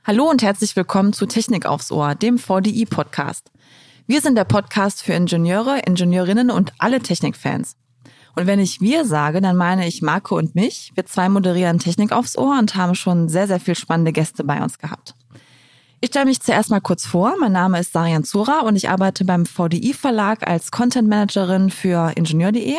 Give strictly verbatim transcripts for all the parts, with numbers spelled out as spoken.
Hallo und herzlich willkommen zu Technik aufs Ohr, dem V D I-Podcast. Wir sind der Podcast für Ingenieure, Ingenieurinnen und alle Technikfans. Und wenn ich wir sage, dann meine ich Marco und mich. Wir zwei moderieren Technik aufs Ohr und haben schon sehr, sehr viel spannende Gäste bei uns gehabt. Ich stelle mich zuerst mal kurz vor. Mein Name ist Sarian Zura und ich arbeite beim V D I-Verlag als Content Managerin für ingenieur punkt de.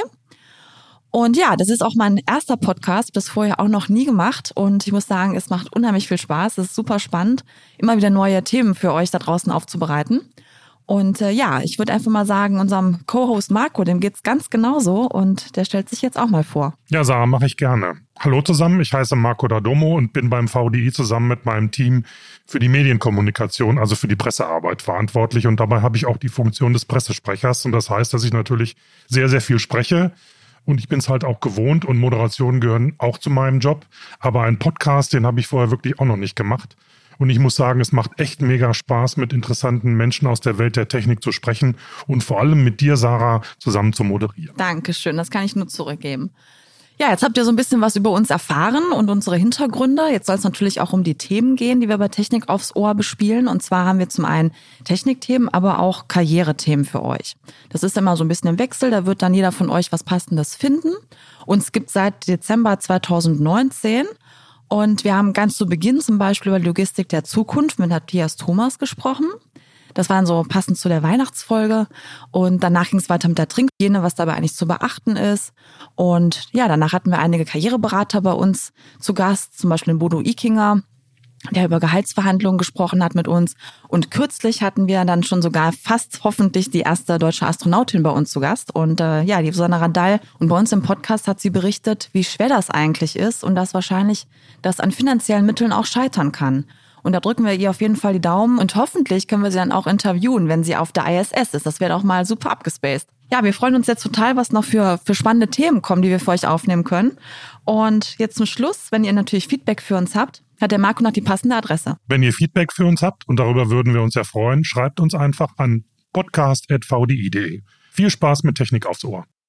Und ja, das ist auch mein erster Podcast, bis vorher auch noch nie gemacht. Und ich muss sagen, es macht unheimlich viel Spaß. Es ist super spannend, immer wieder neue Themen für euch da draußen aufzubereiten. Und äh, ja, ich würde einfach mal sagen, unserem Co-Host Marco, dem geht's ganz genauso. Und der stellt sich jetzt auch mal vor. Ja, Sarah, mache ich gerne. Hallo zusammen, ich heiße Marco D'Adomo und bin beim V D I zusammen mit meinem Team für die Medienkommunikation, also für die Pressearbeit verantwortlich. Und dabei habe ich auch die Funktion des Pressesprechers. Und das heißt, dass ich natürlich sehr, sehr viel spreche. Und ich bin es halt auch gewohnt und Moderationen gehören auch zu meinem Job. Aber einen Podcast, den habe ich vorher wirklich auch noch nicht gemacht. Und ich muss sagen, es macht echt mega Spaß, mit interessanten Menschen aus der Welt der Technik zu sprechen und vor allem mit dir, Sarah, zusammen zu moderieren. Dankeschön, das kann ich nur zurückgeben. Ja, jetzt habt ihr so ein bisschen was über uns erfahren und unsere Hintergründe. Jetzt soll es natürlich auch um die Themen gehen, die wir bei Technik aufs Ohr bespielen. Und zwar haben wir zum einen Technikthemen, aber auch Karrierethemen für euch. Das ist immer so ein bisschen im Wechsel, da wird dann jeder von euch was Passendes finden. Uns gibt es seit Dezember zweitausendneunzehn. Und wir haben ganz zu Beginn zum Beispiel über Logistik der Zukunft mit Matthias Thomas gesprochen. Das war dann so passend zu der Weihnachtsfolge. Und danach ging es weiter mit der Trinkhygiene, was dabei eigentlich zu beachten ist. Und ja, danach hatten wir einige Karriereberater bei uns zu Gast, zum Beispiel den Bodo Ikinger, der über Gehaltsverhandlungen gesprochen hat mit uns. Und kürzlich hatten wir dann schon sogar fast hoffentlich die erste deutsche Astronautin bei uns zu Gast. Und äh, ja, die Susanna Radall. Und bei uns im Podcast hat sie berichtet, wie schwer das eigentlich ist und dass wahrscheinlich das an finanziellen Mitteln auch scheitern kann. Und da drücken wir ihr auf jeden Fall die Daumen und hoffentlich können wir sie dann auch interviewen, wenn sie auf der I S S ist. Das wäre doch mal super abgespaced. Ja, wir freuen uns jetzt total, was noch für, für spannende Themen kommen, die wir für euch aufnehmen können. Und jetzt zum Schluss, wenn ihr natürlich Feedback für uns habt, hat der Marco noch die passende Adresse. Wenn ihr Feedback für uns habt, und darüber würden wir uns sehr freuen, schreibt uns einfach an podcast at v d i punkt de. Viel Spaß mit Technik aufs Ohr.